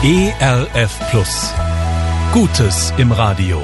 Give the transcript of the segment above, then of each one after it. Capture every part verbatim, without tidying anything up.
E R F Plus. Gutes im Radio.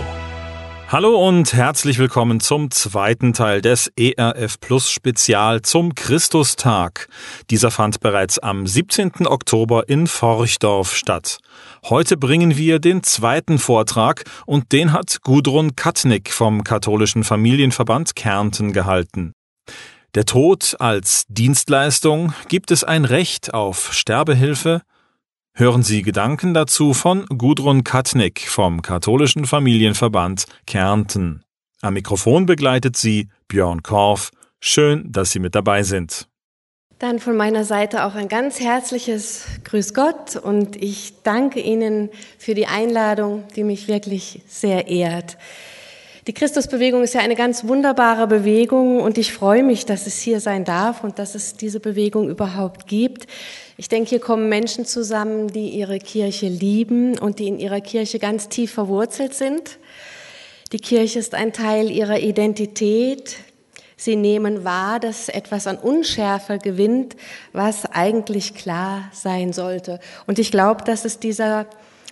Hallo und herzlich willkommen zum zweiten Teil des E R F Plus Spezial zum Christustag. Dieser fand bereits am siebzehnten Oktober in Forchdorf statt. Heute bringen wir den zweiten Vortrag und den hat Gudrun Kattnick vom Katholischen Familienverband Kärnten gehalten. Der Tod als Dienstleistung, gibt es ein Recht auf Sterbehilfe? Hören Sie Gedanken dazu von Gudrun Kattnick vom Katholischen Familienverband Kärnten. Am Mikrofon begleitet sie Björn Korf. Schön, dass Sie mit dabei sind. Dann von meiner Seite auch ein ganz herzliches Grüß Gott und ich danke Ihnen für die Einladung, die mich wirklich sehr ehrt. Die Christusbewegung ist ja eine ganz wunderbare Bewegung und ich freue mich, dass es hier sein darf und dass es diese Bewegung überhaupt gibt. Ich denke, hier kommen Menschen zusammen, die ihre Kirche lieben und die in ihrer Kirche ganz tief verwurzelt sind. Die Kirche ist ein Teil ihrer Identität. Sie nehmen wahr, dass etwas an Unschärfe gewinnt, was eigentlich klar sein sollte. Und ich glaube, dass es dieser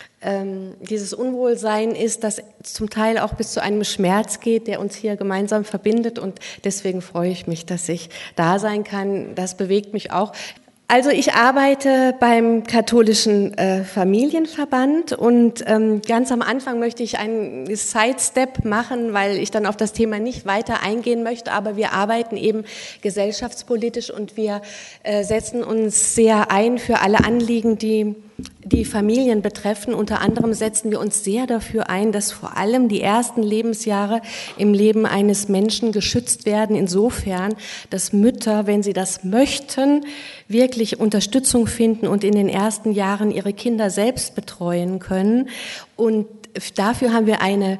Ähm, dieses Unwohlsein ist, das zum Teil auch bis zu einem Schmerz geht, der uns hier gemeinsam verbindet und deswegen freue ich mich, dass ich da sein kann. Das bewegt mich auch. Also ich arbeite beim Katholischen äh, Familienverband und ähm, ganz am Anfang möchte ich einen Sidestep machen, weil ich dann auf das Thema nicht weiter eingehen möchte, aber wir arbeiten eben gesellschaftspolitisch und wir äh, setzen uns sehr ein für alle Anliegen, die die Familien betreffen. Unter anderem setzen wir uns sehr dafür ein, dass vor allem die ersten Lebensjahre im Leben eines Menschen geschützt werden, insofern, dass Mütter, wenn sie das möchten, wirklich Unterstützung finden und in den ersten Jahren ihre Kinder selbst betreuen können. Und dafür haben wir eine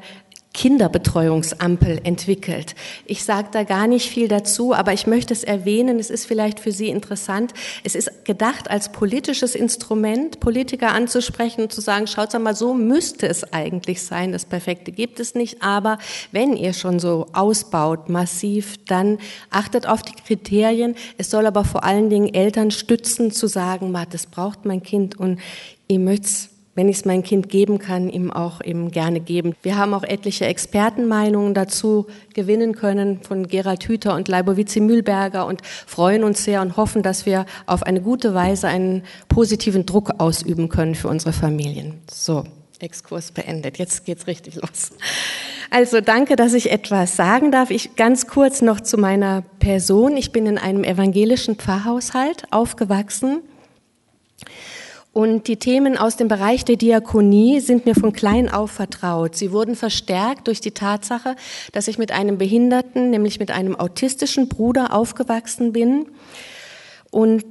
Kinderbetreuungsampel entwickelt. Ich sage da gar nicht viel dazu, aber ich möchte es erwähnen, es ist vielleicht für Sie interessant. Es ist gedacht als politisches Instrument, Politiker anzusprechen und zu sagen, schaut mal, so müsste es eigentlich sein, das Perfekte gibt es nicht, aber wenn ihr schon so ausbaut, massiv, dann achtet auf die Kriterien. Es soll aber vor allen Dingen Eltern stützen, zu sagen, das braucht mein Kind und ihr möcht's, wenn ich es meinem Kind geben kann, ihm auch eben gerne geben. Wir haben auch etliche Expertenmeinungen dazu gewinnen können von Gerald Hüther und Leibowitz-Mühlberger und freuen uns sehr und hoffen, dass wir auf eine gute Weise einen positiven Druck ausüben können für unsere Familien. So, Exkurs beendet. Jetzt geht's richtig los. Also danke, dass ich etwas sagen darf. Ich ganz kurz noch zu meiner Person. Ich bin in einem evangelischen Pfarrhaushalt aufgewachsen. Und die Themen aus dem Bereich der Diakonie sind mir von klein auf vertraut. Sie wurden verstärkt durch die Tatsache, dass ich mit einem Behinderten, nämlich mit einem autistischen Bruder aufgewachsen bin. Und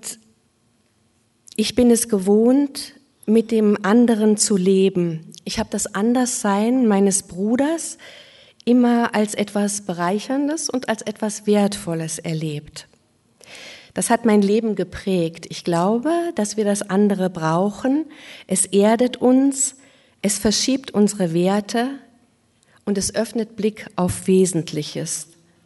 ich bin es gewohnt, mit dem anderen zu leben. Ich habe das Anderssein meines Bruders immer als etwas Bereicherndes und als etwas Wertvolles erlebt. Das hat mein Leben geprägt. Ich glaube, dass wir das andere brauchen. Es erdet uns, es verschiebt unsere Werte und es öffnet Blick auf Wesentliches.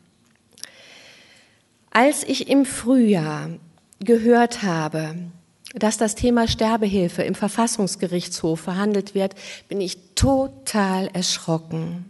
Als ich im Frühjahr gehört habe, dass das Thema Sterbehilfe im Verfassungsgerichtshof verhandelt wird, bin ich total erschrocken.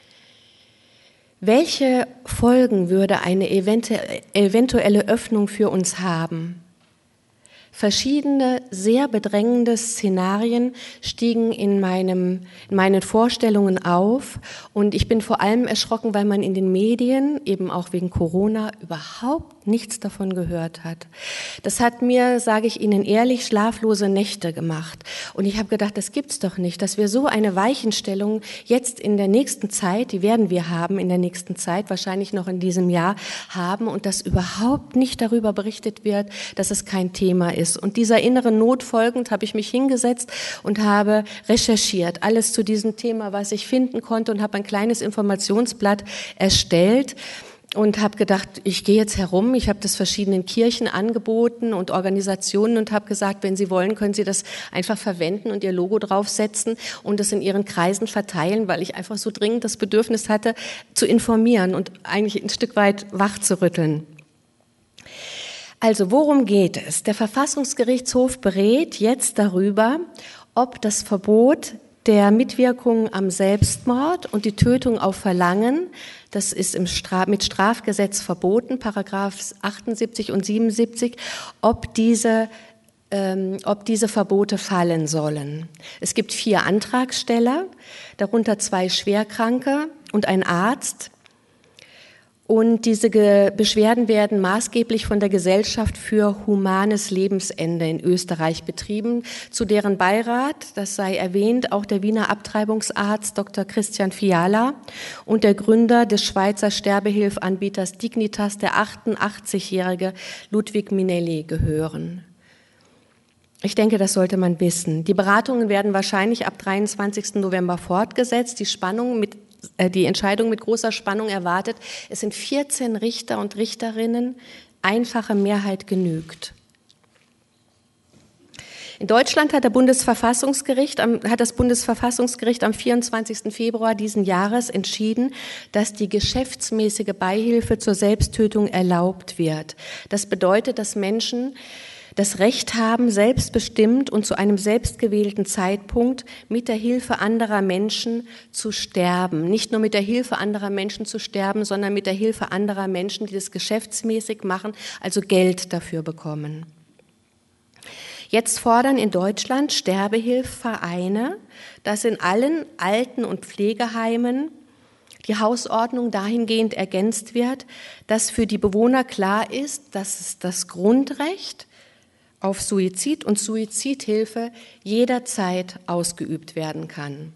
Welche Folgen würde eine eventuelle Öffnung für uns haben? Verschiedene, sehr bedrängende Szenarien stiegen in, meinem, in meinen Vorstellungen auf und ich bin vor allem erschrocken, weil man in den Medien, eben auch wegen Corona, überhaupt nichts davon gehört hat. Das hat mir, sage ich Ihnen ehrlich, schlaflose Nächte gemacht und ich habe gedacht, das gibt's doch nicht, dass wir so eine Weichenstellung jetzt in der nächsten Zeit, die werden wir haben in der nächsten Zeit, wahrscheinlich noch in diesem Jahr haben und dass überhaupt nicht darüber berichtet wird, dass es kein Thema ist. Und dieser inneren Not folgend habe ich mich hingesetzt und habe recherchiert, alles zu diesem Thema, was ich finden konnte und habe ein kleines Informationsblatt erstellt und habe gedacht, ich gehe jetzt herum, ich habe das verschiedenen Kirchen angeboten und Organisationen und habe gesagt, wenn Sie wollen, können Sie das einfach verwenden und Ihr Logo draufsetzen und es in Ihren Kreisen verteilen, weil ich einfach so dringend das Bedürfnis hatte, zu informieren und eigentlich ein Stück weit wach zu rütteln. Also worum geht es? Der Verfassungsgerichtshof berät jetzt darüber, ob das Verbot der Mitwirkung am Selbstmord und die Tötung auf Verlangen, das ist im Stra- mit Strafgesetz verboten, Paragraph achtundsiebzig und siebenundsiebzig, ob diese, ähm, ob diese Verbote fallen sollen. Es gibt vier Antragsteller, darunter zwei Schwerkranke und ein Arzt. Und diese Beschwerden werden maßgeblich von der Gesellschaft für humanes Lebensende in Österreich betrieben, zu deren Beirat, das sei erwähnt, auch der Wiener Abtreibungsarzt Doktor Christian Fiala und der Gründer des Schweizer Sterbehilfanbieters Dignitas, der achtundachtzigjährige Ludwig Minelli, gehören. Ich denke, das sollte man wissen. Die Beratungen werden wahrscheinlich ab dreiundzwanzigsten November fortgesetzt. Die Spannung mit Die Entscheidung mit großer Spannung erwartet. Es sind vierzehn Richter und Richterinnen. Einfache Mehrheit genügt. In Deutschland hat, der Bundesverfassungsgericht, hat das Bundesverfassungsgericht am vierundzwanzigsten Februar diesen Jahres entschieden, dass die geschäftsmäßige Beihilfe zur Selbsttötung erlaubt wird. Das bedeutet, dass Menschen das Recht haben, selbstbestimmt und zu einem selbstgewählten Zeitpunkt mit der Hilfe anderer Menschen zu sterben. Nicht nur mit der Hilfe anderer Menschen zu sterben, sondern mit der Hilfe anderer Menschen, die das geschäftsmäßig machen, also Geld dafür bekommen. Jetzt fordern in Deutschland Sterbehilfvereine, dass in allen Alten- und Pflegeheimen die Hausordnung dahingehend ergänzt wird, dass für die Bewohner klar ist, dass es das Grundrecht auf Suizid und Suizidhilfe jederzeit ausgeübt werden kann.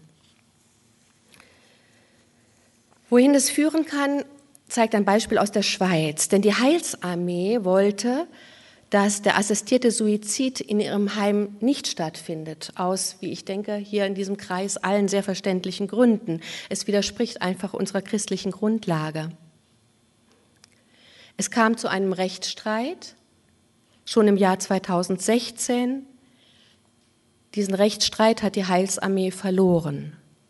Wohin das führen kann, zeigt ein Beispiel aus der Schweiz. Denn die Heilsarmee wollte, dass der assistierte Suizid in ihrem Heim nicht stattfindet, aus, wie ich denke, hier in diesem Kreis allen sehr verständlichen Gründen. Es widerspricht einfach unserer christlichen Grundlage. Es kam zu einem Rechtsstreit, schon im Jahr zweitausendsechzehn. Diesen Rechtsstreit hat die Heilsarmee verloren.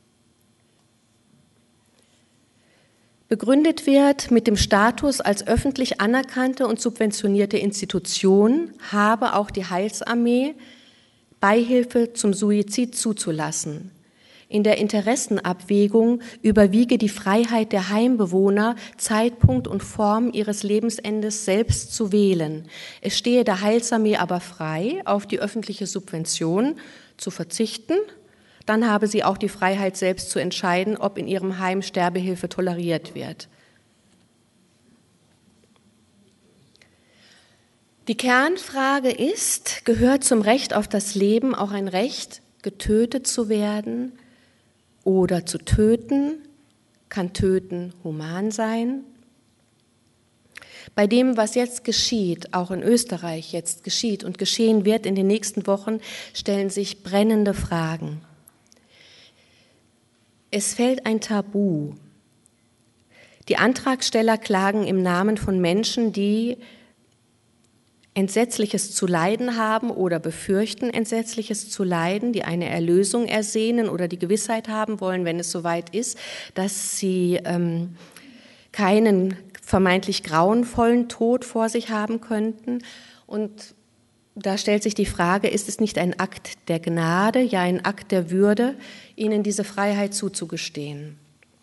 Begründet wird mit dem Status als öffentlich anerkannte und subventionierte Institution, habe auch die Heilsarmee Beihilfe zum Suizid zuzulassen. In der Interessenabwägung überwiege die Freiheit der Heimbewohner, Zeitpunkt und Form ihres Lebensendes selbst zu wählen. Es stehe der Heilsarmee aber frei, auf die öffentliche Subvention zu verzichten. Dann habe sie auch die Freiheit, selbst zu entscheiden, ob in ihrem Heim Sterbehilfe toleriert wird. Die Kernfrage ist, gehört zum Recht auf das Leben auch ein Recht, getötet zu werden oder zu töten? Kann Töten human sein? Bei dem, was jetzt geschieht, auch in Österreich jetzt geschieht und geschehen wird in den nächsten Wochen, stellen sich brennende Fragen. Es fällt ein Tabu. Die Antragsteller klagen im Namen von Menschen, die Entsetzliches zu leiden haben oder befürchten, Entsetzliches zu leiden, die eine Erlösung ersehnen oder die Gewissheit haben wollen, wenn es soweit ist, dass sie ähm, keinen vermeintlich grauenvollen Tod vor sich haben könnten. Und da stellt sich die Frage, ist es nicht ein Akt der Gnade, ja ein Akt der Würde, ihnen diese Freiheit zuzugestehen?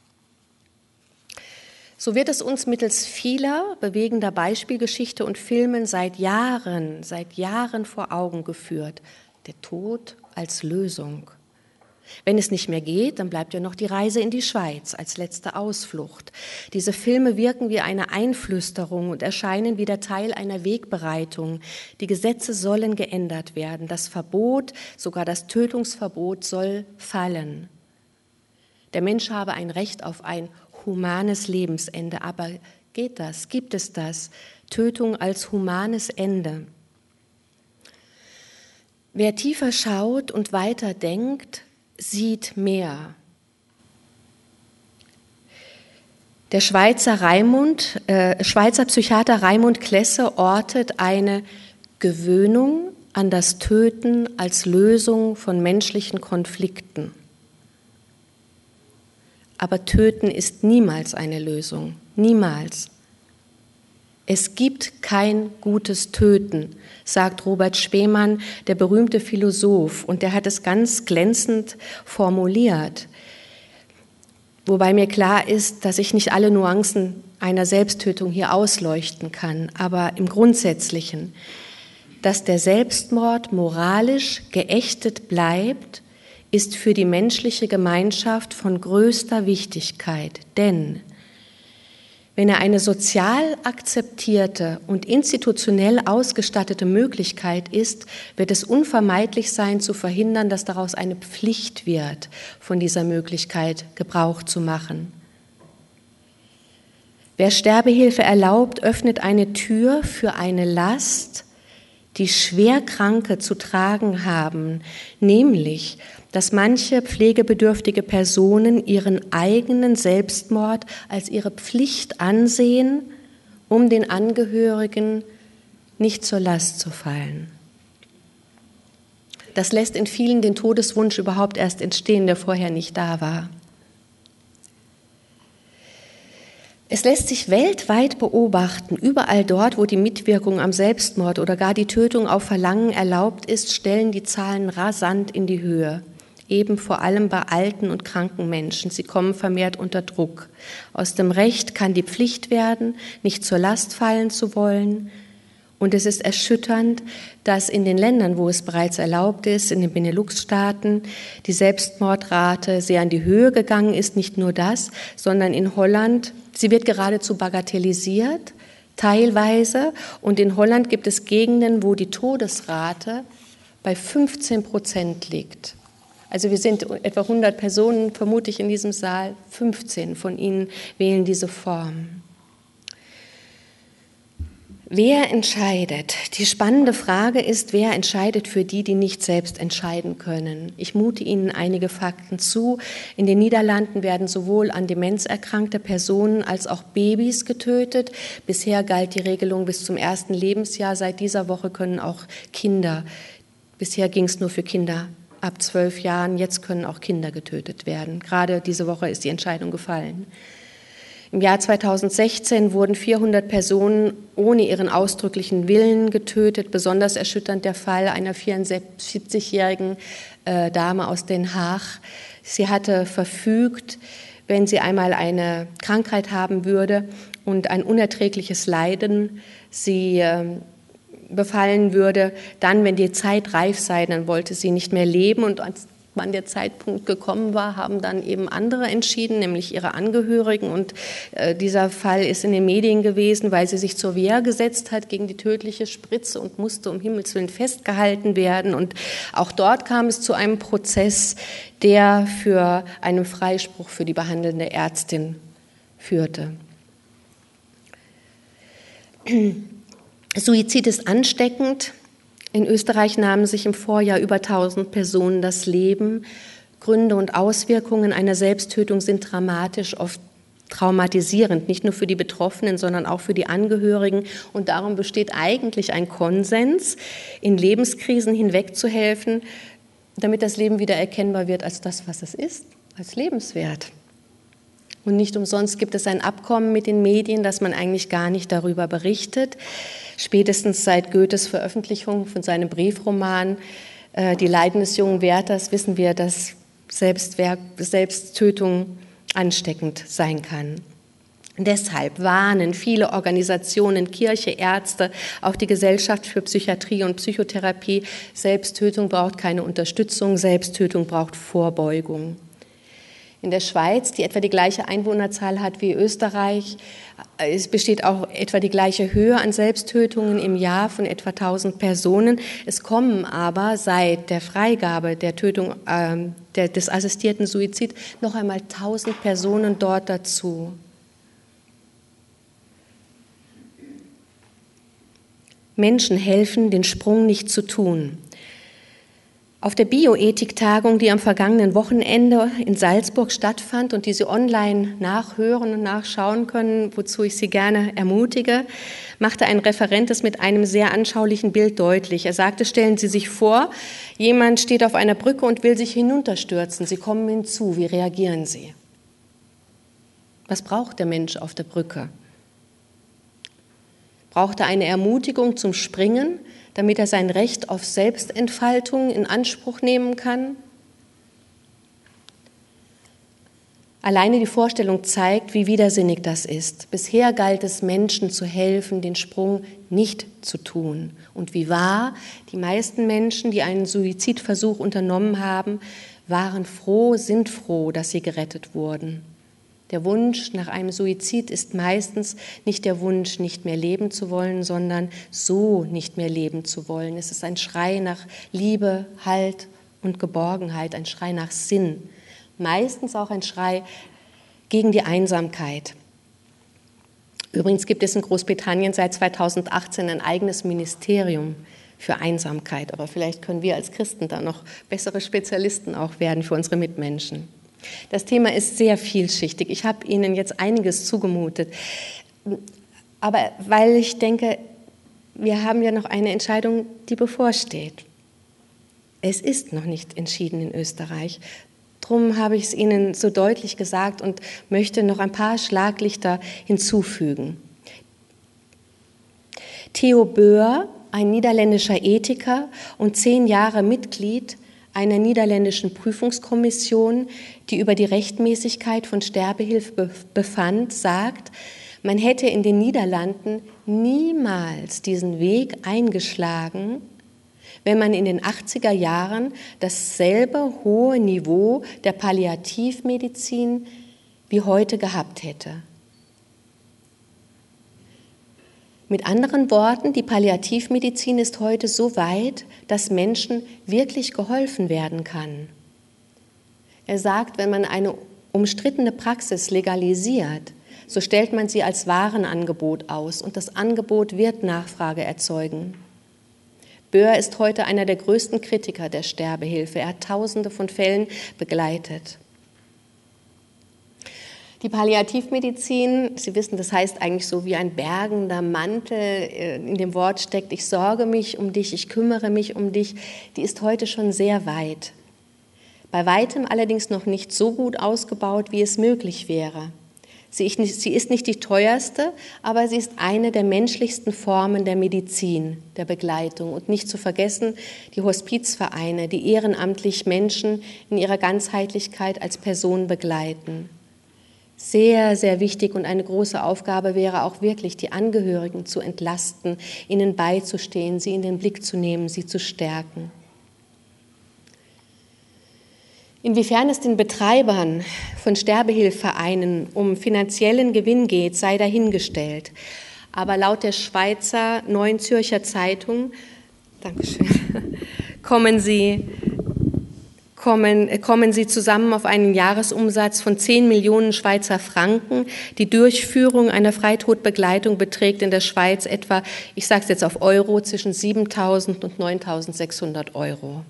So wird es uns mittels vieler bewegender Beispielgeschichte und Filmen seit Jahren, seit Jahren vor Augen geführt. Der Tod als Lösung. Wenn es nicht mehr geht, dann bleibt ja noch die Reise in die Schweiz als letzte Ausflucht. Diese Filme wirken wie eine Einflüsterung und erscheinen wie der Teil einer Wegbereitung. Die Gesetze sollen geändert werden. Das Verbot, sogar das Tötungsverbot soll fallen. Der Mensch habe ein Recht auf ein humanes Lebensende. Aber geht das? Gibt es das? Tötung als humanes Ende. Wer tiefer schaut und weiter denkt, sieht mehr. Der Schweizer, Raimund, äh, Schweizer Psychiater Raimund Klesse ortet eine Gewöhnung an das Töten als Lösung von menschlichen Konflikten. Aber Töten ist niemals eine Lösung, niemals. Es gibt kein gutes Töten, sagt Robert Spemann, der berühmte Philosoph, und der hat es ganz glänzend formuliert. Wobei mir klar ist, dass ich nicht alle Nuancen einer Selbsttötung hier ausleuchten kann, aber im Grundsätzlichen, dass der Selbstmord moralisch geächtet bleibt, ist für die menschliche Gemeinschaft von größter Wichtigkeit, denn wenn er eine sozial akzeptierte und institutionell ausgestattete Möglichkeit ist, wird es unvermeidlich sein, zu verhindern, dass daraus eine Pflicht wird, von dieser Möglichkeit Gebrauch zu machen. Wer Sterbehilfe erlaubt, öffnet eine Tür für eine Last, die Schwerkranke zu tragen haben, nämlich dass manche pflegebedürftige Personen ihren eigenen Selbstmord als ihre Pflicht ansehen, um den Angehörigen nicht zur Last zu fallen. Das lässt in vielen den Todeswunsch überhaupt erst entstehen, der vorher nicht da war. Es lässt sich weltweit beobachten, überall dort, wo die Mitwirkung am Selbstmord oder gar die Tötung auf Verlangen erlaubt ist, stellen die Zahlen rasant in die Höhe. Eben vor allem bei alten und kranken Menschen. Sie kommen vermehrt unter Druck. Aus dem Recht kann die Pflicht werden, nicht zur Last fallen zu wollen. Und es ist erschütternd, dass in den Ländern, wo es bereits erlaubt ist, in den Benelux-Staaten, die Selbstmordrate sehr an die Höhe gegangen ist. Nicht nur das, sondern in Holland, sie wird geradezu bagatellisiert, teilweise. Und in Holland gibt es Gegenden, wo die Todesrate bei fünfzehn Prozent liegt. Also wir sind etwa hundert Personen, vermute ich, in diesem Saal. fünfzehn von ihnen wählen diese Form. Wer entscheidet? Die spannende Frage ist, wer entscheidet für die, die nicht selbst entscheiden können? Ich mute Ihnen einige Fakten zu. In den Niederlanden werden sowohl an Demenz erkrankte Personen als auch Babys getötet. Bisher galt die Regelung bis zum ersten Lebensjahr. Seit dieser Woche können auch Kinder, bisher ging es nur für Kinder ab zwölf Jahren, jetzt können auch Kinder getötet werden. Gerade diese Woche ist die Entscheidung gefallen. Im Jahr zweitausendsechzehn wurden vierhundert Personen ohne ihren ausdrücklichen Willen getötet. Besonders erschütternd der Fall einer vierundsiebzigjährigen äh, Dame aus Den Haag. Sie hatte verfügt, wenn sie einmal eine Krankheit haben würde und ein unerträgliches Leiden sie äh, befallen würde, dann, wenn die Zeit reif sei, dann wollte sie nicht mehr leben. Und als wann der Zeitpunkt gekommen war, haben dann eben andere entschieden, nämlich ihre Angehörigen. Und äh, dieser Fall ist in den Medien gewesen, weil sie sich zur Wehr gesetzt hat gegen die tödliche Spritze und musste um Himmels Willen festgehalten werden. Und auch dort kam es zu einem Prozess, der für einen Freispruch für die behandelnde Ärztin führte. Suizid ist ansteckend. In Österreich nahmen sich im Vorjahr über tausend Personen das Leben. Gründe und Auswirkungen einer Selbsttötung sind dramatisch, oft traumatisierend, nicht nur für die Betroffenen, sondern auch für die Angehörigen. Und darum besteht eigentlich ein Konsens, in Lebenskrisen hinwegzuhelfen, damit das Leben wieder erkennbar wird als das, was es ist, als lebenswert. Und nicht umsonst gibt es ein Abkommen mit den Medien, dass man eigentlich gar nicht darüber berichtet. Spätestens seit Goethes Veröffentlichung von seinem Briefroman äh, Die Leiden des jungen Werthers wissen wir, dass Selbstwerk, Selbsttötung ansteckend sein kann. Deshalb warnen viele Organisationen, Kirche, Ärzte, auch die Gesellschaft für Psychiatrie und Psychotherapie, Selbsttötung braucht keine Unterstützung, Selbsttötung braucht Vorbeugung. In der Schweiz, die etwa die gleiche Einwohnerzahl hat wie Österreich, es besteht auch etwa die gleiche Höhe an Selbsttötungen im Jahr von etwa tausend Personen. Es kommen aber seit der Freigabe der Tötung äh, der, des assistierten Suizids noch einmal tausend Personen dort dazu. Menschen helfen, den Sprung nicht zu tun. Auf der Bioethik-Tagung, die am vergangenen Wochenende in Salzburg stattfand und die Sie online nachhören und nachschauen können, wozu ich Sie gerne ermutige, machte ein Referent es mit einem sehr anschaulichen Bild deutlich. Er sagte, stellen Sie sich vor, jemand steht auf einer Brücke und will sich hinunterstürzen. Sie kommen hinzu. Wie reagieren Sie? Was braucht der Mensch auf der Brücke? Braucht er eine Ermutigung zum Springen, damit er sein Recht auf Selbstentfaltung in Anspruch nehmen kann? Alleine die Vorstellung zeigt, wie widersinnig das ist. Bisher galt es, Menschen zu helfen, den Sprung nicht zu tun. Und wie wahr, die meisten Menschen, die einen Suizidversuch unternommen haben, waren froh, sind froh, dass sie gerettet wurden. Der Wunsch nach einem Suizid ist meistens nicht der Wunsch, nicht mehr leben zu wollen, sondern so nicht mehr leben zu wollen. Es ist ein Schrei nach Liebe, Halt und Geborgenheit, ein Schrei nach Sinn. Meistens auch ein Schrei gegen die Einsamkeit. Übrigens gibt es in Großbritannien seit zweitausendachtzehn ein eigenes Ministerium für Einsamkeit. Aber vielleicht können wir als Christen da noch bessere Spezialisten auch werden für unsere Mitmenschen. Das Thema ist sehr vielschichtig. Ich habe Ihnen jetzt einiges zugemutet. Aber weil ich denke, wir haben ja noch eine Entscheidung, die bevorsteht. Es ist noch nicht entschieden in Österreich. Darum habe ich es Ihnen so deutlich gesagt und möchte noch ein paar Schlaglichter hinzufügen. Theo Boer, ein niederländischer Ethiker und zehn Jahre Mitglied einer niederländischen Prüfungskommission, die über die Rechtmäßigkeit von Sterbehilfe befand, sagt, man hätte in den Niederlanden niemals diesen Weg eingeschlagen, wenn man in den achtziger Jahren dasselbe hohe Niveau der Palliativmedizin wie heute gehabt hätte. Mit anderen Worten, die Palliativmedizin ist heute so weit, dass Menschen wirklich geholfen werden kann. Er sagt, wenn man eine umstrittene Praxis legalisiert, so stellt man sie als Warenangebot aus und das Angebot wird Nachfrage erzeugen. Boer ist heute einer der größten Kritiker der Sterbehilfe. Er hat Tausende von Fällen begleitet. Die Palliativmedizin, Sie wissen, das heißt eigentlich so wie ein bergender Mantel, in dem Wort steckt, ich sorge mich um dich, ich kümmere mich um dich, die ist heute schon sehr weit. Bei weitem allerdings noch nicht so gut ausgebaut, wie es möglich wäre. Sie ist nicht die teuerste, aber sie ist eine der menschlichsten Formen der Medizin, der Begleitung. Und nicht zu vergessen die Hospizvereine, die ehrenamtlich Menschen in ihrer Ganzheitlichkeit als Person begleiten. Sehr, sehr wichtig und eine große Aufgabe wäre auch wirklich, die Angehörigen zu entlasten, ihnen beizustehen, sie in den Blick zu nehmen, sie zu stärken. Inwiefern es den Betreibern von Sterbehilfevereinen um finanziellen Gewinn geht, sei dahingestellt. Aber laut der Schweizer Neuen Zürcher Zeitung, Dankeschön, kommen sie, kommen, kommen sie zusammen auf einen Jahresumsatz von zehn Millionen Schweizer Franken. Die Durchführung einer Freitodbegleitung beträgt in der Schweiz etwa, ich sage es jetzt auf Euro, zwischen siebentausend und neuntausendsechshundert Euro.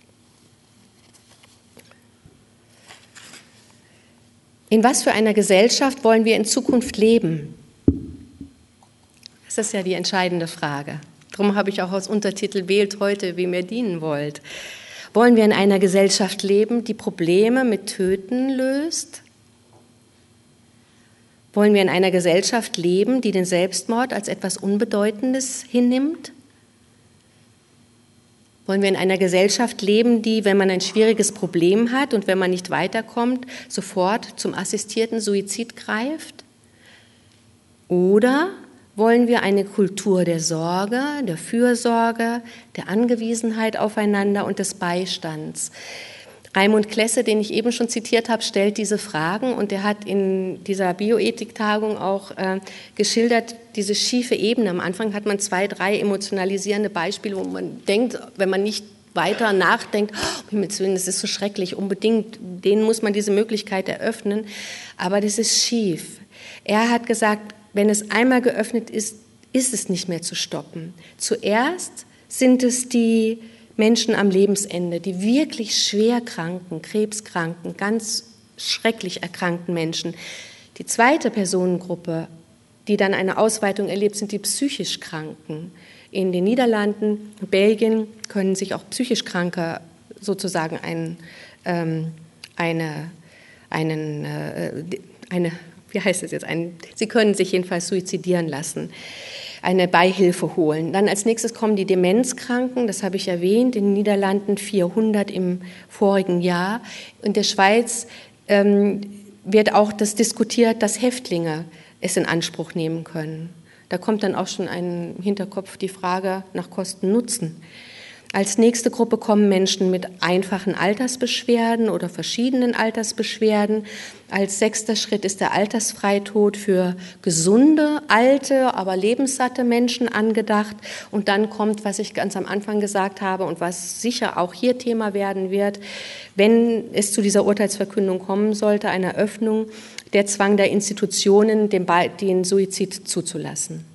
In was für einer Gesellschaft wollen wir in Zukunft leben? Das ist ja die entscheidende Frage. Darum habe ich auch als Untertitel "Wählt heute, wem ihr dienen wollt". Wollen wir in einer Gesellschaft leben, die Probleme mit Töten löst? Wollen wir in einer Gesellschaft leben, die den Selbstmord als etwas Unbedeutendes hinnimmt? Wollen wir in einer Gesellschaft leben, die, wenn man ein schwieriges Problem hat und wenn man nicht weiterkommt, sofort zum assistierten Suizid greift? Oder wollen wir eine Kultur der Sorge, der Fürsorge, der Angewiesenheit aufeinander und des Beistands? Raimund Klesse, den ich eben schon zitiert habe, stellt diese Fragen und er hat in dieser Bioethik-Tagung auch äh, geschildert, diese schiefe Ebene. Am Anfang hat man zwei, drei emotionalisierende Beispiele, wo man denkt, wenn man nicht weiter nachdenkt, oh, das ist so schrecklich, unbedingt, denen muss man diese Möglichkeit eröffnen, aber das ist schief. Er hat gesagt, wenn es einmal geöffnet ist, ist es nicht mehr zu stoppen. Zuerst sind es die Menschen am Lebensende, die wirklich schwer kranken, krebskranken, ganz schrecklich erkrankten Menschen. Die zweite Personengruppe, die dann eine Ausweitung erlebt, sind die psychisch Kranken. In den Niederlanden, Belgien können sich auch psychisch Kranke sozusagen ein, ähm, eine, einen, äh, eine, wie heißt es jetzt, ein, sie können sich jedenfalls suizidieren lassen. eine Beihilfe holen. Dann als nächstes kommen die Demenzkranken, das habe ich erwähnt, in den Niederlanden vierhundert im vorigen Jahr. In der Schweiz ähm, wird auch das diskutiert, dass Häftlinge es in Anspruch nehmen können. Da kommt dann auch schon im Hinterkopf die Frage nach Kosten-Nutzen. Als nächste Gruppe kommen Menschen mit einfachen Altersbeschwerden oder verschiedenen Altersbeschwerden. Als sechster Schritt ist der Altersfreitod für gesunde, alte, aber lebenssatte Menschen angedacht. Und dann kommt, was ich ganz am Anfang gesagt habe und was sicher auch hier Thema werden wird, wenn es zu dieser Urteilsverkündung kommen sollte, eine Öffnung, der Zwang der Institutionen, den, den Suizid zuzulassen.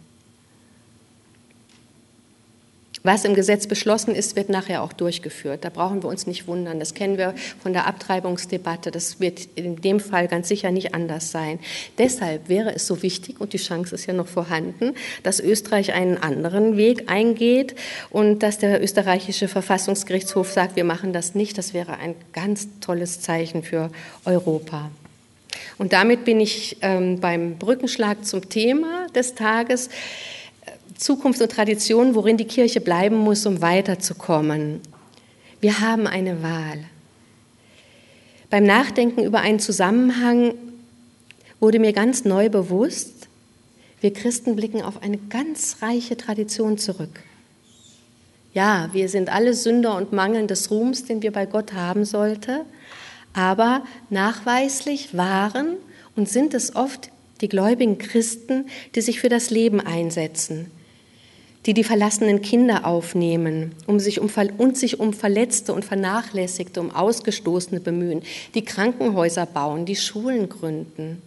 Was im Gesetz beschlossen ist, wird nachher auch durchgeführt. Da brauchen wir uns nicht wundern. Das kennen wir von der Abtreibungsdebatte. Das wird in dem Fall ganz sicher nicht anders sein. Deshalb wäre es so wichtig, und die Chance ist ja noch vorhanden, dass Österreich einen anderen Weg eingeht und dass der österreichische Verfassungsgerichtshof sagt, wir machen das nicht. Das wäre ein ganz tolles Zeichen für Europa. Und damit bin ich ähm, beim Brückenschlag zum Thema des Tages. Zukunft und Tradition, worin die Kirche bleiben muss, um weiterzukommen. Wir haben eine Wahl. Beim Nachdenken über einen Zusammenhang wurde mir ganz neu bewusst, wir Christen blicken auf eine ganz reiche Tradition zurück. Ja, wir sind alle Sünder und mangeln des Ruhms, den wir bei Gott haben sollten, aber nachweislich waren und sind es oft die gläubigen Christen, die sich für das Leben einsetzen, die die verlassenen Kinder aufnehmen um sich um, und sich um Verletzte und Vernachlässigte, um Ausgestoßene bemühen, die Krankenhäuser bauen, die Schulen gründen.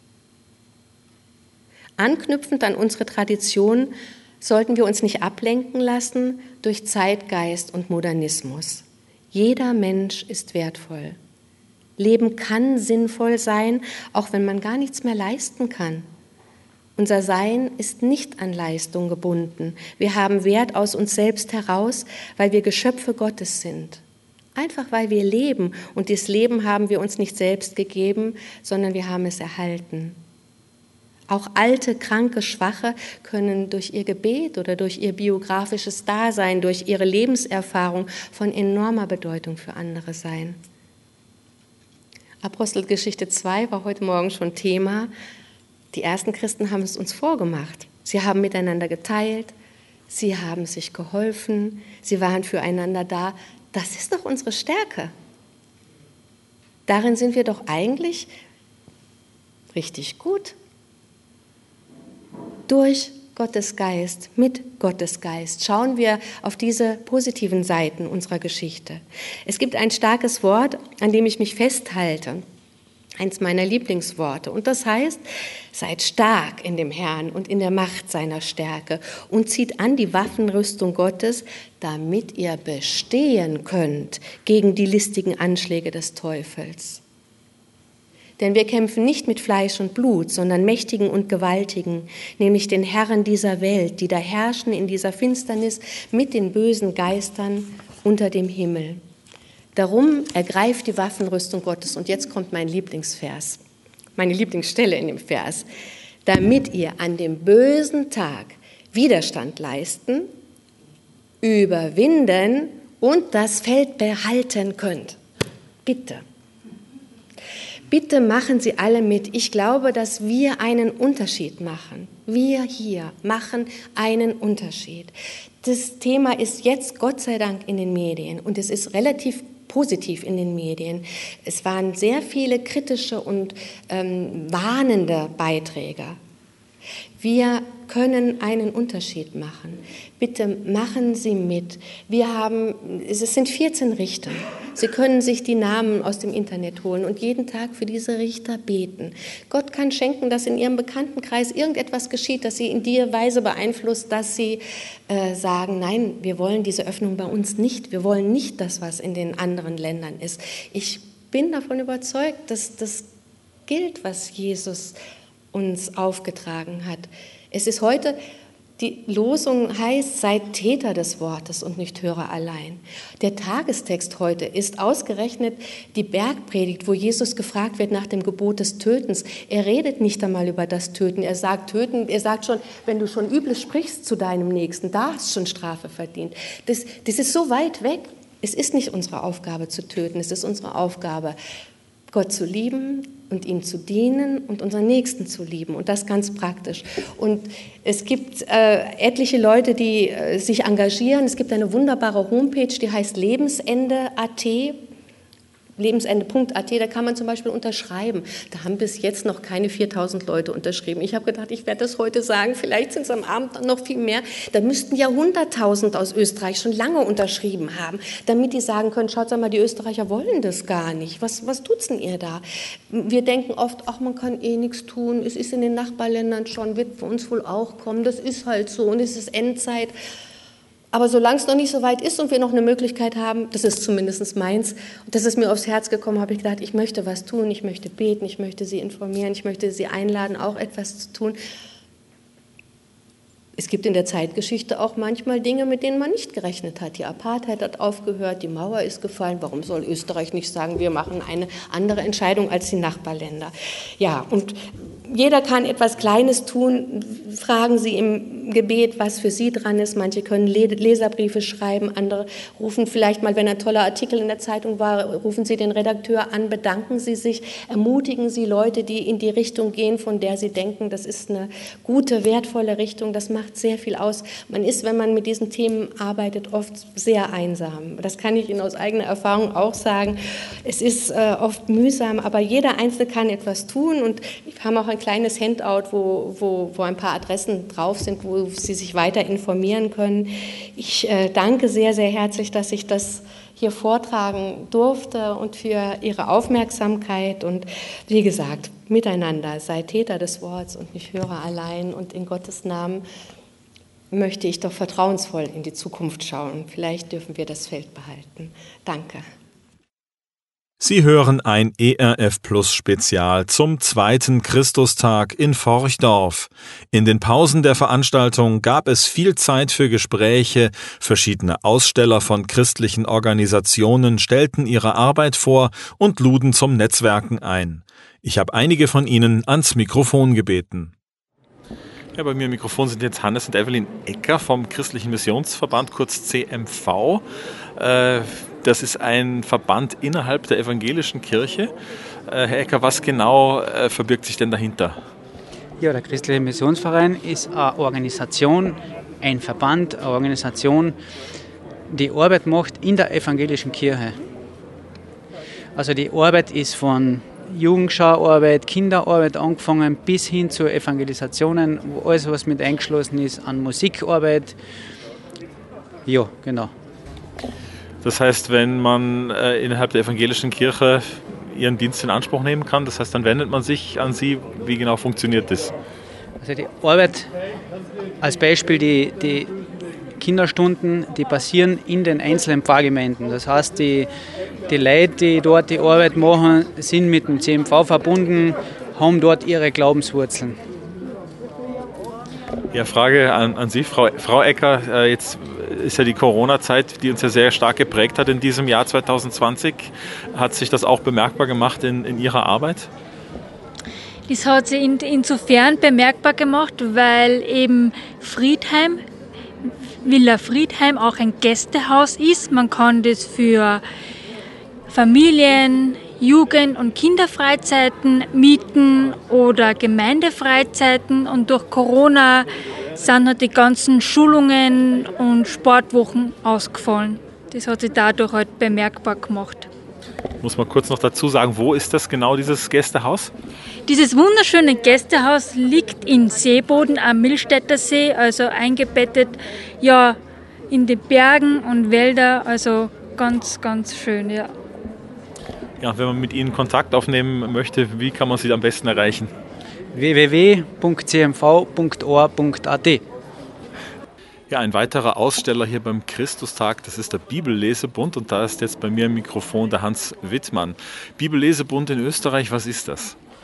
Anknüpfend an unsere Tradition sollten wir uns nicht ablenken lassen durch Zeitgeist und Modernismus. Jeder Mensch ist wertvoll. Leben kann sinnvoll sein, auch wenn man gar nichts mehr leisten kann. Unser Sein ist nicht an Leistung gebunden. Wir haben Wert aus uns selbst heraus, weil wir Geschöpfe Gottes sind. Einfach weil wir leben. Und dieses Leben haben wir uns nicht selbst gegeben, sondern wir haben es erhalten. Auch alte, kranke, Schwache können durch ihr Gebet oder durch ihr biografisches Dasein, durch ihre Lebenserfahrung von enormer Bedeutung für andere sein. Apostelgeschichte zwei war heute Morgen schon Thema. Die ersten Christen haben es uns vorgemacht. Sie haben miteinander geteilt, sie haben sich geholfen, sie waren füreinander da. Das ist doch unsere Stärke. Darin sind wir doch eigentlich richtig gut. Durch Gottes Geist, mit Gottes Geist schauen wir auf diese positiven Seiten unserer Geschichte. Es gibt ein starkes Wort, an dem ich mich festhalte. Eins meiner Lieblingsworte. Und das heißt, seid stark in dem Herrn und in der Macht seiner Stärke und zieht an die Waffenrüstung Gottes, damit ihr bestehen könnt gegen die listigen Anschläge des Teufels. Denn wir kämpfen nicht mit Fleisch und Blut, sondern Mächtigen und Gewaltigen, nämlich den Herren dieser Welt, die da herrschen in dieser Finsternis mit den bösen Geistern unter dem Himmel. Darum ergreift die Waffenrüstung Gottes. Und jetzt kommt mein Lieblingsvers, meine Lieblingsstelle in dem Vers. Damit ihr an dem bösen Tag Widerstand leisten, überwinden und das Feld behalten könnt. Bitte. Bitte machen Sie alle mit. Ich glaube, dass wir einen Unterschied machen. Wir hier machen einen Unterschied. Das Thema ist jetzt Gott sei Dank in den Medien und es ist relativ positiv in den Medien. Es waren sehr viele kritische und ähm, warnende Beiträge. Wir können einen Unterschied machen. Bitte machen Sie mit. Wir haben, es sind vierzehn Richter. Sie können sich die Namen aus dem Internet holen und jeden Tag für diese Richter beten. Gott kann schenken, dass in Ihrem Bekanntenkreis irgendetwas geschieht, das Sie in die Weise beeinflusst, dass Sie äh, sagen, nein, wir wollen diese Öffnung bei uns nicht. Wir wollen nicht das, was in den anderen Ländern ist. Ich bin davon überzeugt, dass das gilt, was Jesus uns aufgetragen hat. Es ist heute Die Losung heißt, seid Täter des Wortes und nicht Hörer allein. Der Tagestext heute ist ausgerechnet die Bergpredigt, wo Jesus gefragt wird nach dem Gebot des Tötens. Er redet nicht einmal über das Töten. Er sagt Töten, er sagt schon, wenn du schon Übles sprichst zu deinem Nächsten, da hast du schon Strafe verdient. Das, das ist so weit weg. Es ist nicht unsere Aufgabe zu töten, es ist unsere Aufgabe, Gott zu lieben und ihm zu dienen und unseren Nächsten zu lieben und das ganz praktisch. Und es gibt äh, etliche Leute, die äh, sich engagieren. Es gibt eine wunderbare Homepage, die heißt lebensende punkt a t. lebensende punkt a t, da kann man zum Beispiel unterschreiben. Da haben bis jetzt noch keine viertausend Leute unterschrieben. Ich habe gedacht, ich werde das heute sagen, vielleicht sind es am Abend dann noch viel mehr. Da müssten ja hunderttausend aus Österreich schon lange unterschrieben haben, damit die sagen können, schaut mal, die Österreicher wollen das gar nicht. Was, was tut's denn ihr da? Wir denken oft, ach, man kann eh nichts tun, es ist in den Nachbarländern schon, wird für uns wohl auch kommen, das ist halt so und es ist Endzeit. Aber solange es noch nicht so weit ist und wir noch eine Möglichkeit haben, das ist zumindest meins, und das ist mir aufs Herz gekommen, habe ich gedacht, ich möchte was tun, ich möchte beten, ich möchte Sie informieren, ich möchte Sie einladen, auch etwas zu tun. Es gibt in der Zeitgeschichte auch manchmal Dinge, mit denen man nicht gerechnet hat. Die Apartheid hat aufgehört, die Mauer ist gefallen. Warum soll Österreich nicht sagen, wir machen eine andere Entscheidung als die Nachbarländer? Ja, und jeder kann etwas Kleines tun. Fragen Sie im Gebet, was für Sie dran ist. Manche können Leserbriefe schreiben, andere rufen vielleicht mal, wenn ein toller Artikel in der Zeitung war, rufen Sie den Redakteur an, bedanken Sie sich, ermutigen Sie Leute, die in die Richtung gehen, von der Sie denken, das ist eine gute, wertvolle Richtung. Das macht sehr viel aus. Man ist, wenn man mit diesen Themen arbeitet, oft sehr einsam. Das kann ich Ihnen aus eigener Erfahrung auch sagen. Es ist äh, oft mühsam, aber jeder Einzelne kann etwas tun und wir haben auch ein kleines Handout, wo, wo, wo ein paar Adressen drauf sind, wo Sie sich weiter informieren können. Ich äh, danke sehr, sehr herzlich, dass ich das hier vortragen durfte und für Ihre Aufmerksamkeit und wie gesagt, miteinander, seid Täter des Wortes und nicht Hörer allein und in Gottes Namen möchte ich doch vertrauensvoll in die Zukunft schauen. Vielleicht dürfen wir das Feld behalten. Danke. Sie hören ein E R F Plus Spezial zum zweiten Christustag in Forchdorf. In den Pausen der Veranstaltung gab es viel Zeit für Gespräche. Verschiedene Aussteller von christlichen Organisationen stellten ihre Arbeit vor und luden zum Netzwerken ein. Ich habe einige von ihnen ans Mikrofon gebeten. Ja, bei mir im Mikrofon sind jetzt Hannes und Evelyn Ecker vom Christlichen Missionsverband, kurz C M V. Das ist ein Verband innerhalb der evangelischen Kirche. Herr Ecker, was genau verbirgt sich denn dahinter? Ja, der Christliche Missionsverein ist eine Organisation, ein Verband, eine Organisation, die Arbeit macht in der evangelischen Kirche. Also die Arbeit ist von Jugendschauarbeit, Kinderarbeit angefangen bis hin zu Evangelisationen, wo alles, was mit eingeschlossen ist, an Musikarbeit. Ja, genau. Das heißt, wenn man äh, innerhalb der evangelischen Kirche Ihren Dienst in Anspruch nehmen kann, das heißt, dann wendet man sich an Sie. Wie genau funktioniert das? Also die Arbeit, als Beispiel die, die Kinderstunden, die passieren in den einzelnen Pfarrgemeinden. Das heißt, die, die Leute, die dort die Arbeit machen, sind mit dem C M V verbunden, haben dort ihre Glaubenswurzeln. Ja, Frage an, an Sie, Frau, Frau Ecker. Jetzt ist ja die Corona-Zeit, die uns ja sehr stark geprägt hat in diesem Jahr zwanzig zwanzig. Hat sich das auch bemerkbar gemacht in, in Ihrer Arbeit? Das hat sich in, insofern bemerkbar gemacht, weil eben Friedheim, Villa Friedheim auch ein Gästehaus ist. Man kann das für Familien, Jugend- und Kinderfreizeiten mieten oder Gemeindefreizeiten. Und durch Corona sind halt die ganzen Schulungen und Sportwochen ausgefallen. Das hat sich dadurch halt bemerkbar gemacht. Muss man kurz noch dazu sagen, wo ist das genau, dieses Gästehaus? Dieses wunderschöne Gästehaus liegt in Seeboden am Millstätter See, also eingebettet ja, in die Bergen und Wälder, also ganz, ganz schön, ja. Ja, wenn man mit Ihnen Kontakt aufnehmen möchte, wie kann man Sie am besten erreichen? w w w punkt c m v punkt o r punkt a t. Ja, ein weiterer Aussteller hier beim Christustag, das ist der Bibellesebund und da ist jetzt bei mir im Mikrofon der Hans Wittmann. Bibellesebund in Österreich, was ist das?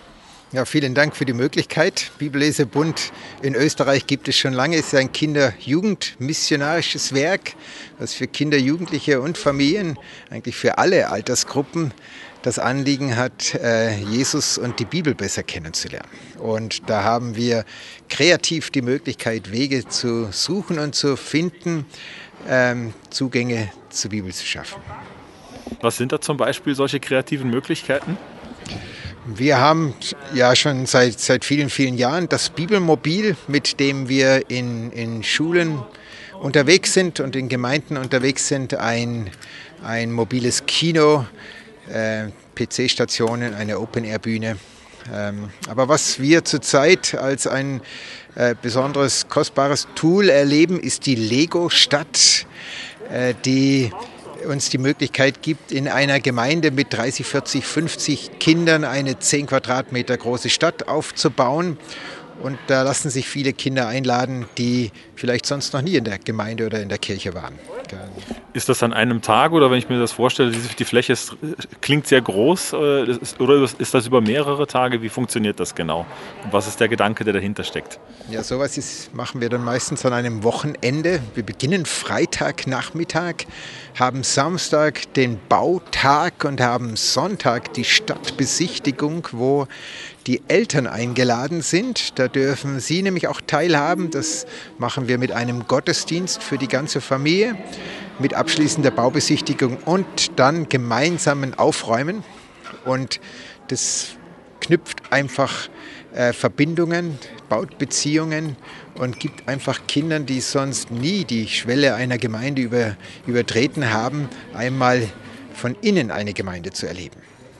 Ja, vielen Dank für die Möglichkeit. Bibellesebund in Österreich gibt es schon lange. Es ist ein Kinder-Jugend-missionarisches Werk, das für Kinder, Jugendliche und Familien, eigentlich für alle Altersgruppen, das Anliegen hat, Jesus und die Bibel besser kennenzulernen. Und da haben wir kreativ die Möglichkeit, Wege zu suchen und zu finden, Zugänge zur Bibel zu schaffen. Was sind da zum Beispiel solche kreativen Möglichkeiten? Wir haben ja schon seit, seit vielen, vielen Jahren das Bibelmobil, mit dem wir in, in Schulen unterwegs sind und in Gemeinden unterwegs sind. Ein, ein mobiles Kino, äh, P C-Stationen, eine Open-Air-Bühne. Ähm, aber was wir zurzeit als ein äh, besonderes, kostbares Tool erleben, ist die Lego-Stadt, äh, die uns die Möglichkeit gibt, in einer Gemeinde mit dreißig, vierzig, fünfzig Kindern eine zehn Quadratmeter große Stadt aufzubauen. Und da lassen sich viele Kinder einladen, die vielleicht sonst noch nie in der Gemeinde oder in der Kirche waren. Ist das an einem Tag oder wenn ich mir das vorstelle, die Fläche ist, klingt sehr groß oder ist das über mehrere Tage? Wie funktioniert das genau? Und was ist der Gedanke, der dahinter steckt? Ja, sowas ist, machen wir dann meistens an einem Wochenende. Wir beginnen Freitagnachmittag, haben Samstag den Bautag und haben Sonntag die Stadtbesichtigung, wo die Eltern eingeladen sind. Da dürfen sie nämlich auch teilhaben. Das machen wir mit einem Gottesdienst für die ganze Familie, mit abschließender Baubesichtigung und dann gemeinsamen Aufräumen. Und das knüpft einfach äh, Verbindungen, baut Beziehungen und gibt einfach Kindern, die sonst nie die Schwelle einer Gemeinde über, übertreten haben, einmal von innen eine Gemeinde zu erleben.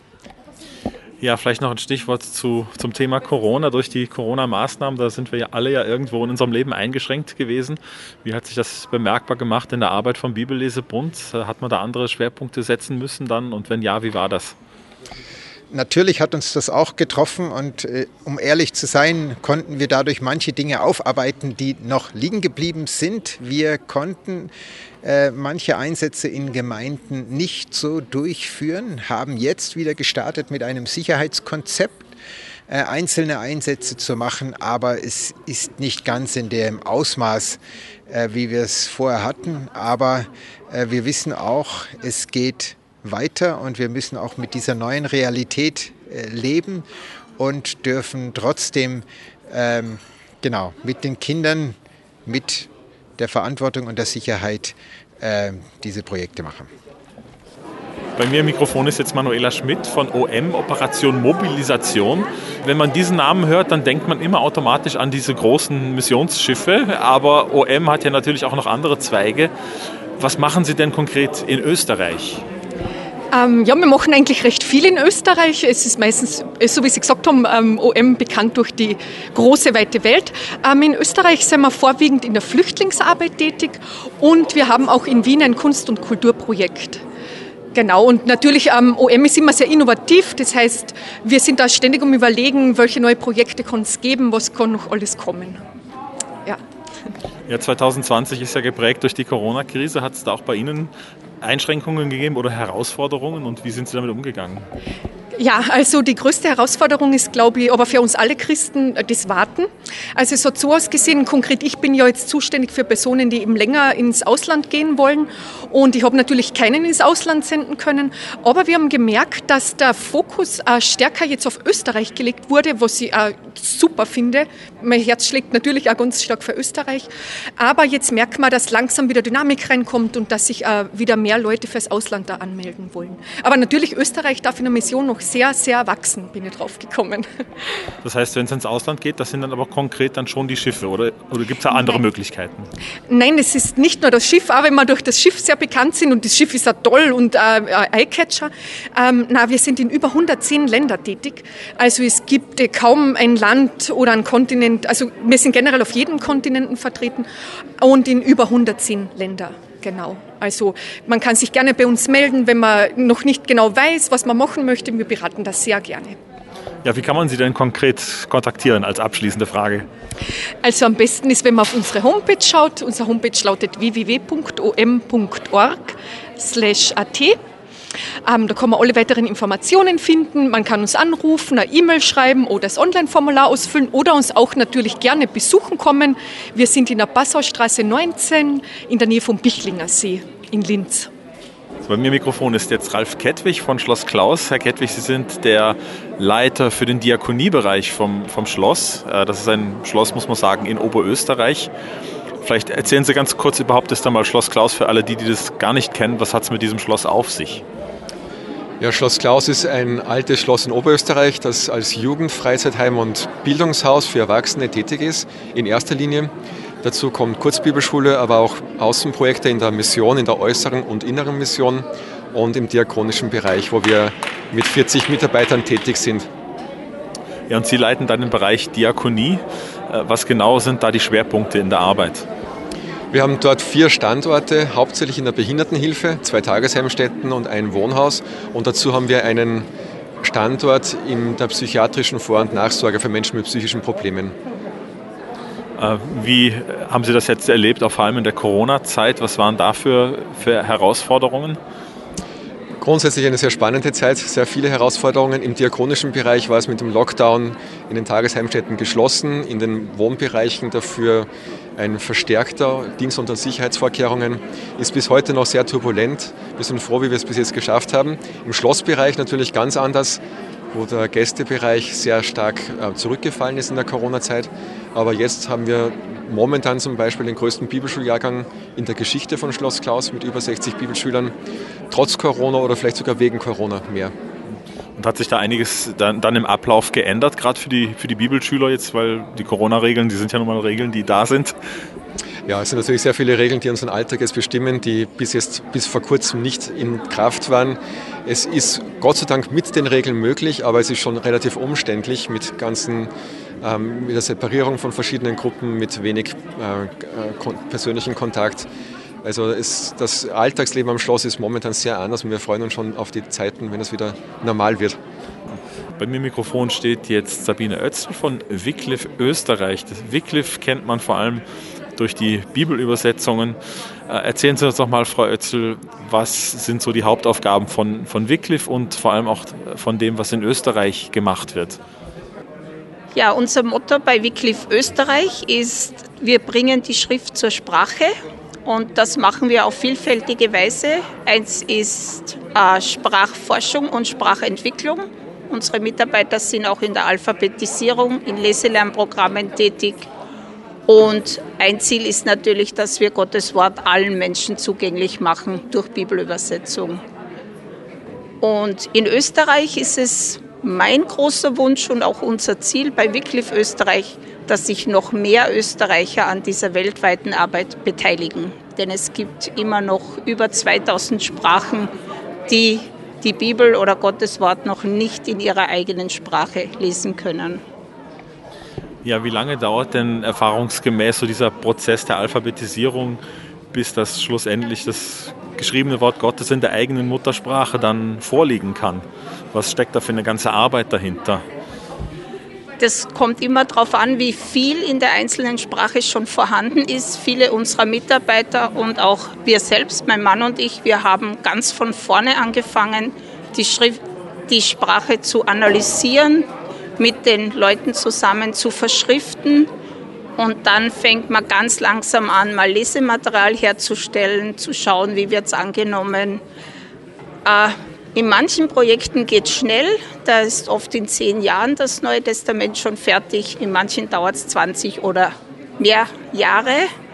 Ja, vielleicht noch ein Stichwort zu, zum Thema Corona. Durch die Corona-Maßnahmen, da sind wir ja alle ja irgendwo in unserem Leben eingeschränkt gewesen. Wie hat sich das bemerkbar gemacht in der Arbeit vom Bibellesebund? Hat man da andere Schwerpunkte setzen müssen dann? Und wenn ja, wie war das? Natürlich hat uns das auch getroffen und äh, um ehrlich zu sein, konnten wir dadurch manche Dinge aufarbeiten, die noch liegen geblieben sind. Wir konnten äh, manche Einsätze in Gemeinden nicht so durchführen, haben jetzt wieder gestartet mit einem Sicherheitskonzept, äh, einzelne Einsätze zu machen, aber es ist nicht ganz in dem Ausmaß, äh, wie wir es vorher hatten. Aber äh, wir wissen auch, es geht weiter und wir müssen auch mit dieser neuen Realität äh, leben und dürfen trotzdem ähm, genau mit den Kindern, mit der Verantwortung und der Sicherheit äh, diese Projekte machen. Bei mir im Mikrofon ist jetzt Manuela Schmidt von O M, Operation Mobilisation. Wenn man diesen Namen hört, dann denkt man immer automatisch an diese großen Missionsschiffe, aber O M hat ja natürlich auch noch andere Zweige. Was machen Sie denn konkret in Österreich? Ähm, ja, wir machen eigentlich recht viel in Österreich. Es ist meistens, so wie Sie gesagt haben, ähm, O M bekannt durch die große, weite Welt. Ähm, in Österreich sind wir vorwiegend in der Flüchtlingsarbeit tätig und wir haben auch in Wien ein Kunst- und Kulturprojekt. Genau, und natürlich ähm, O M ist immer sehr innovativ. Das heißt, wir sind da ständig um Überlegen, welche neue Projekte kann es geben, was kann noch alles kommen. Ja. Ja, zwanzig zwanzig ist ja geprägt durch die Corona-Krise. Hat es da auch bei Ihnen Einschränkungen gegeben oder Herausforderungen und wie sind Sie damit umgegangen? Ja, also die größte Herausforderung ist, glaube ich, aber für uns alle Christen das Warten. Also es hat so ausgesehen, konkret ich bin ja jetzt zuständig für Personen, die eben länger ins Ausland gehen wollen und ich habe natürlich keinen ins Ausland senden können, aber wir haben gemerkt, dass der Fokus äh, stärker jetzt auf Österreich gelegt wurde, was ich äh, super finde. Mein Herz schlägt natürlich auch ganz stark für Österreich, aber jetzt merkt man, dass langsam wieder Dynamik reinkommt und dass sich äh, wieder mehr Leute fürs Ausland da anmelden wollen. Aber natürlich Österreich darf in der Mission noch sehr, sehr wachsen, bin ich drauf gekommen. Das heißt, wenn es ins Ausland geht, das sind dann aber konkret dann schon die Schiffe, oder, oder gibt es da andere Nein. Möglichkeiten? Nein, es ist nicht nur das Schiff, auch wenn wir durch das Schiff sehr bekannt sind und das Schiff ist ja toll und äh, Eyecatcher. Ähm, na, wir sind in über hundertzehn Ländern tätig. Also es gibt äh, kaum ein Land oder ein Kontinent, also wir sind generell auf jedem Kontinenten vertreten und in über hundertzehn Ländern. Genau. Also man kann sich gerne bei uns melden, wenn man noch nicht genau weiß, was man machen möchte. Wir beraten das sehr gerne. Ja, wie kann man Sie denn konkret kontaktieren als abschließende Frage? Also am besten ist, wenn man auf unsere Homepage schaut. Unsere Homepage lautet w w w punkt o m punkt org slash a t Ähm, da kann man alle weiteren Informationen finden. Man kann uns anrufen, eine E-Mail schreiben oder das Online-Formular ausfüllen oder uns auch natürlich gerne besuchen kommen. Wir sind in der Passaustraße neunzehn in der Nähe vom Bichlinger See in Linz. Bei mir im Mikrofon ist jetzt Ralf Kettwig von Schloss Klaus. Herr Kettwig, Sie sind der Leiter für den Diakoniebereich vom, vom Schloss. Das ist ein Schloss, muss man sagen, in Oberösterreich. Vielleicht erzählen Sie ganz kurz überhaupt erst einmal Schloss Klaus für alle, die, die das gar nicht kennen. Was hat es mit diesem Schloss auf sich? Ja, Schloss Klaus ist ein altes Schloss in Oberösterreich, das als Jugendfreizeitheim und Bildungshaus für Erwachsene tätig ist, in erster Linie. Dazu kommt Kurzbibelschule, aber auch Außenprojekte in der Mission, in der äußeren und inneren Mission und im diakonischen Bereich, wo wir mit vierzig Mitarbeitern tätig sind. Ja, und Sie leiten dann den Bereich Diakonie. Was genau sind da die Schwerpunkte in der Arbeit? Wir haben dort vier Standorte, hauptsächlich in der Behindertenhilfe, zwei Tagesheimstätten und ein Wohnhaus. Und dazu haben wir einen Standort in der psychiatrischen Vor- und Nachsorge für Menschen mit psychischen Problemen. Wie haben Sie das jetzt erlebt, auch vor allem in der Corona-Zeit? Was waren da für, für Herausforderungen? Grundsätzlich eine sehr spannende Zeit, sehr viele Herausforderungen. Im diakonischen Bereich war es mit dem Lockdown in den Tagesheimstätten geschlossen, in den Wohnbereichen dafür ein verstärkter Dienst unter Sicherheitsvorkehrungen. Ist bis heute noch sehr turbulent. Wir sind froh, wie wir es bis jetzt geschafft haben. Im Schlossbereich natürlich ganz anders, wo der Gästebereich sehr stark zurückgefallen ist in der Corona-Zeit. Aber jetzt haben wir momentan zum Beispiel den größten Bibelschuljahrgang in der Geschichte von Schloss Klaus mit über sechzig Bibelschülern, trotz Corona oder vielleicht sogar wegen Corona mehr. Und hat sich da einiges dann, dann im Ablauf geändert, gerade für die, für die Bibelschüler jetzt, weil die Corona-Regeln, die sind ja nun mal Regeln, die da sind? Ja, es sind natürlich sehr viele Regeln, die unseren Alltag jetzt bestimmen, die bis jetzt, bis vor kurzem nicht in Kraft waren. Es ist Gott sei Dank mit den Regeln möglich, aber es ist schon relativ umständlich mit ganzen ähm, mit der Separierung von verschiedenen Gruppen, mit wenig äh, kon- persönlichen Kontakt. Also es, das Alltagsleben am Schloss ist momentan sehr anders und wir freuen uns schon auf die Zeiten, wenn es wieder normal wird. Bei mir im Mikrofon steht jetzt Sabine Oetzl von Wycliffe Österreich. Das Wycliffe kennt man vor allem durch die Bibelübersetzungen. Erzählen Sie uns doch mal, Frau Oetzl, was sind so die Hauptaufgaben von, von Wycliffe und vor allem auch von dem, was in Österreich gemacht wird? Ja, unser Motto bei Wycliffe Österreich ist, wir bringen die Schrift zur Sprache. Und das machen wir auf vielfältige Weise. Eins ist äh, Sprachforschung und Sprachentwicklung. Unsere Mitarbeiter sind auch in der Alphabetisierung, in Leselernprogrammen tätig. Und ein Ziel ist natürlich, dass wir Gottes Wort allen Menschen zugänglich machen durch Bibelübersetzung. Und in Österreich ist es mein großer Wunsch und auch unser Ziel bei Wycliffe Österreich, dass sich noch mehr Österreicher an dieser weltweiten Arbeit beteiligen. Denn es gibt immer noch über zweitausend Sprachen, die die Bibel oder Gottes Wort noch nicht in ihrer eigenen Sprache lesen können. Ja, wie lange dauert denn erfahrungsgemäß so dieser Prozess der Alphabetisierung, bis das schlussendlich das geschriebene Wort Gottes in der eigenen Muttersprache dann vorliegen kann? Was steckt da für eine ganze Arbeit dahinter? Das kommt immer darauf an, wie viel in der einzelnen Sprache schon vorhanden ist. Viele unserer Mitarbeiter und auch wir selbst, mein Mann und ich, wir haben ganz von vorne angefangen, die Schrift, die Sprache zu analysieren, mit den Leuten zusammen zu verschriften. Und dann fängt man ganz langsam an, mal Lesematerial herzustellen, zu schauen, wie wird es angenommen. Äh, In manchen Projekten geht es schnell, da ist oft in zehn Jahren das Neue Testament schon fertig. In manchen dauert es zwanzig oder mehr Jahre.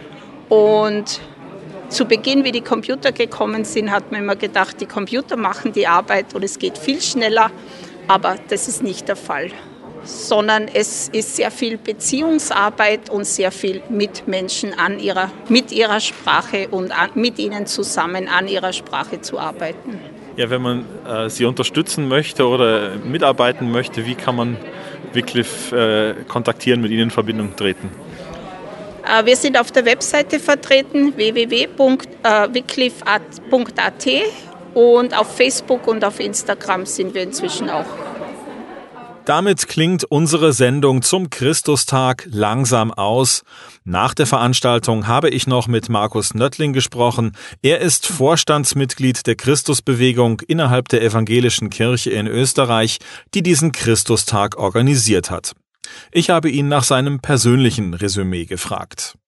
Und zu Beginn, wie die Computer gekommen sind, hat man immer gedacht, die Computer machen die Arbeit und es geht viel schneller. Aber das ist nicht der Fall, sondern es ist sehr viel Beziehungsarbeit und sehr viel mit Menschen an ihrer, mit ihrer Sprache und an, mit ihnen zusammen an ihrer Sprache zu arbeiten. Ja, wenn man äh, Sie unterstützen möchte oder mitarbeiten möchte, wie kann man Wycliffe äh, kontaktieren, mit Ihnen in Verbindung treten? Äh, wir sind auf der Webseite vertreten, w w w punkt wycliffe punkt a t, und auf Facebook und auf Instagram sind wir inzwischen auch. Damit klingt unsere Sendung zum Christustag langsam aus. Nach der Veranstaltung habe ich noch mit Markus Nöttling gesprochen. Er ist Vorstandsmitglied der Christusbewegung innerhalb der evangelischen Kirche in Österreich, die diesen Christustag organisiert hat. Ich habe ihn nach seinem persönlichen Resümee gefragt.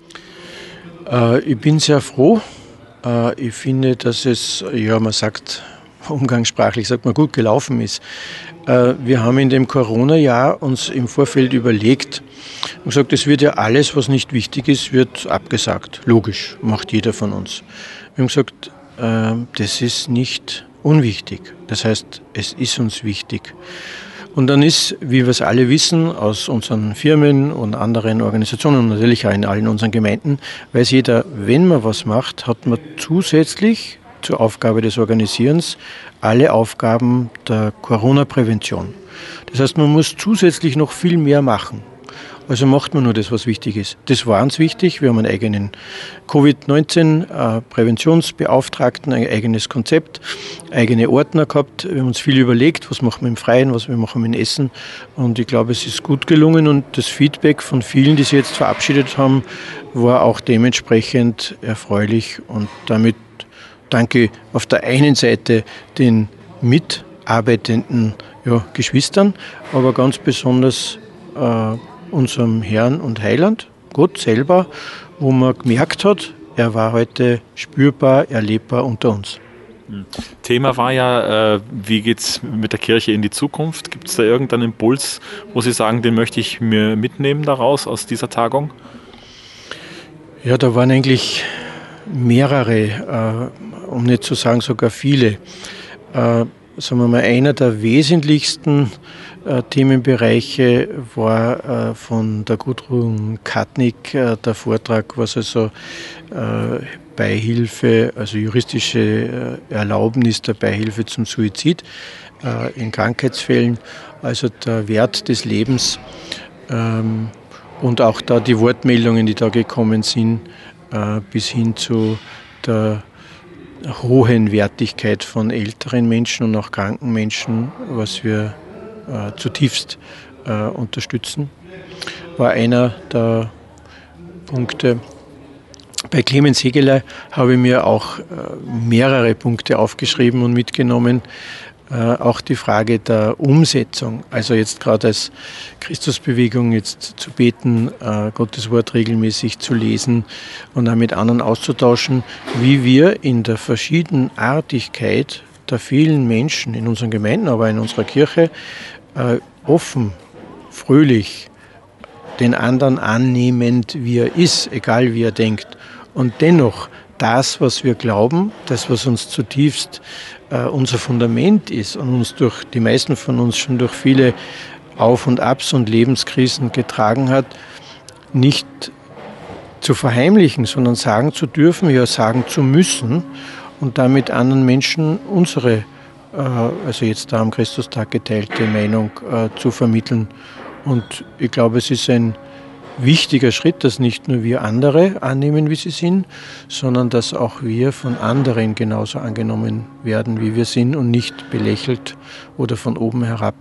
Äh, ich bin sehr froh. Äh, ich finde, dass es, ja, man sagt, umgangssprachlich sagt man, gut gelaufen ist. Wir haben in dem Corona-Jahr uns im Vorfeld überlegt und gesagt, es wird ja alles, was nicht wichtig ist, wird abgesagt. Logisch, macht jeder von uns. Wir haben gesagt, das ist nicht unwichtig. Das heißt, es ist uns wichtig. Und dann ist, wie wir es alle wissen, aus unseren Firmen und anderen Organisationen und natürlich auch in allen unseren Gemeinden, weiß jeder, wenn man was macht, hat man zusätzlich zur Aufgabe des Organisierens alle Aufgaben der Corona-Prävention. Das heißt, man muss zusätzlich noch viel mehr machen. Also macht man nur das, was wichtig ist. Das war uns wichtig. Wir haben einen eigenen Covid neunzehn Präventionsbeauftragten, ein eigenes Konzept, eigene Ordner gehabt. Wir haben uns viel überlegt, was machen wir im Freien, was wir machen mit dem Essen. Und ich glaube, es ist gut gelungen. Und das Feedback von vielen, die sich jetzt verabschiedet haben, war auch dementsprechend erfreulich. Und damit danke auf der einen Seite den mitarbeitenden ja, Geschwistern, aber ganz besonders äh, unserem Herrn und Heiland, Gott selber, wo man gemerkt hat, er war heute spürbar, erlebbar unter uns. Thema war ja, äh, wie geht's mit der Kirche in die Zukunft? Gibt es da irgendeinen Impuls, wo Sie sagen, den möchte ich mir mitnehmen daraus, aus dieser Tagung? Ja, da waren eigentlich mehrere, äh, um nicht zu sagen sogar viele. Äh, sagen wir mal, einer der wesentlichsten äh, Themenbereiche war äh, von der Gudrun Katnick äh, der Vortrag, was also äh, Beihilfe, also juristische äh, Erlaubnis der Beihilfe zum Suizid äh, in Krankheitsfällen, also der Wert des Lebens ähm, und auch da die Wortmeldungen, die da gekommen sind, äh, bis hin zu der hohen Wertigkeit von älteren Menschen und auch kranken Menschen, was wir äh, zutiefst äh, unterstützen, war einer der Punkte. Bei Clemens Hegeley habe ich mir auch äh, mehrere Punkte aufgeschrieben und mitgenommen. Äh, auch die Frage der Umsetzung, also jetzt gerade als Christusbewegung jetzt zu beten, äh, Gottes Wort regelmäßig zu lesen und auch mit anderen auszutauschen, wie wir in der Verschiedenartigkeit der vielen Menschen in unseren Gemeinden, aber in unserer Kirche äh, offen, fröhlich, den anderen annehmend, wie er ist, egal wie er denkt, und dennoch das, was wir glauben, das, was uns zutiefst äh, unser Fundament ist und uns durch die meisten von uns schon durch viele Auf- und Abs und Lebenskrisen getragen hat, nicht zu verheimlichen, sondern sagen zu dürfen, ja sagen zu müssen und damit anderen Menschen unsere, äh, also jetzt da am Christustag geteilte Meinung äh, zu vermitteln. Und ich glaube, es ist ein wichtiger Schritt, dass nicht nur wir andere annehmen, wie sie sind, sondern dass auch wir von anderen genauso angenommen werden, wie wir sind und nicht belächelt oder von oben herab.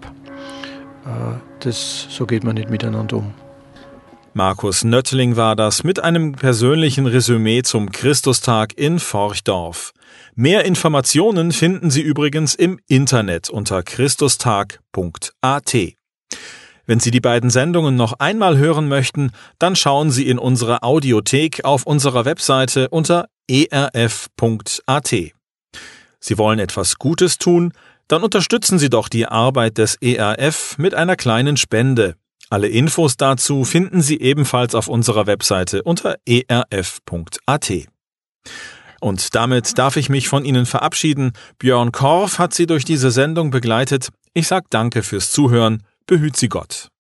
Das, so geht man nicht miteinander um. Markus Nöttling war das mit einem persönlichen Resümee zum Christustag in Forchdorf. Mehr Informationen finden Sie übrigens im Internet unter christustag punkt a t. Wenn Sie die beiden Sendungen noch einmal hören möchten, dann schauen Sie in unsere Audiothek auf unserer Webseite unter e r f punkt a t. Sie wollen etwas Gutes tun? Dann unterstützen Sie doch die Arbeit des E R F mit einer kleinen Spende. Alle Infos dazu finden Sie ebenfalls auf unserer Webseite unter e r f punkt a t. Und damit darf ich mich von Ihnen verabschieden. Björn Korf hat Sie durch diese Sendung begleitet. Ich sage danke fürs Zuhören. Behüt Sie Gott.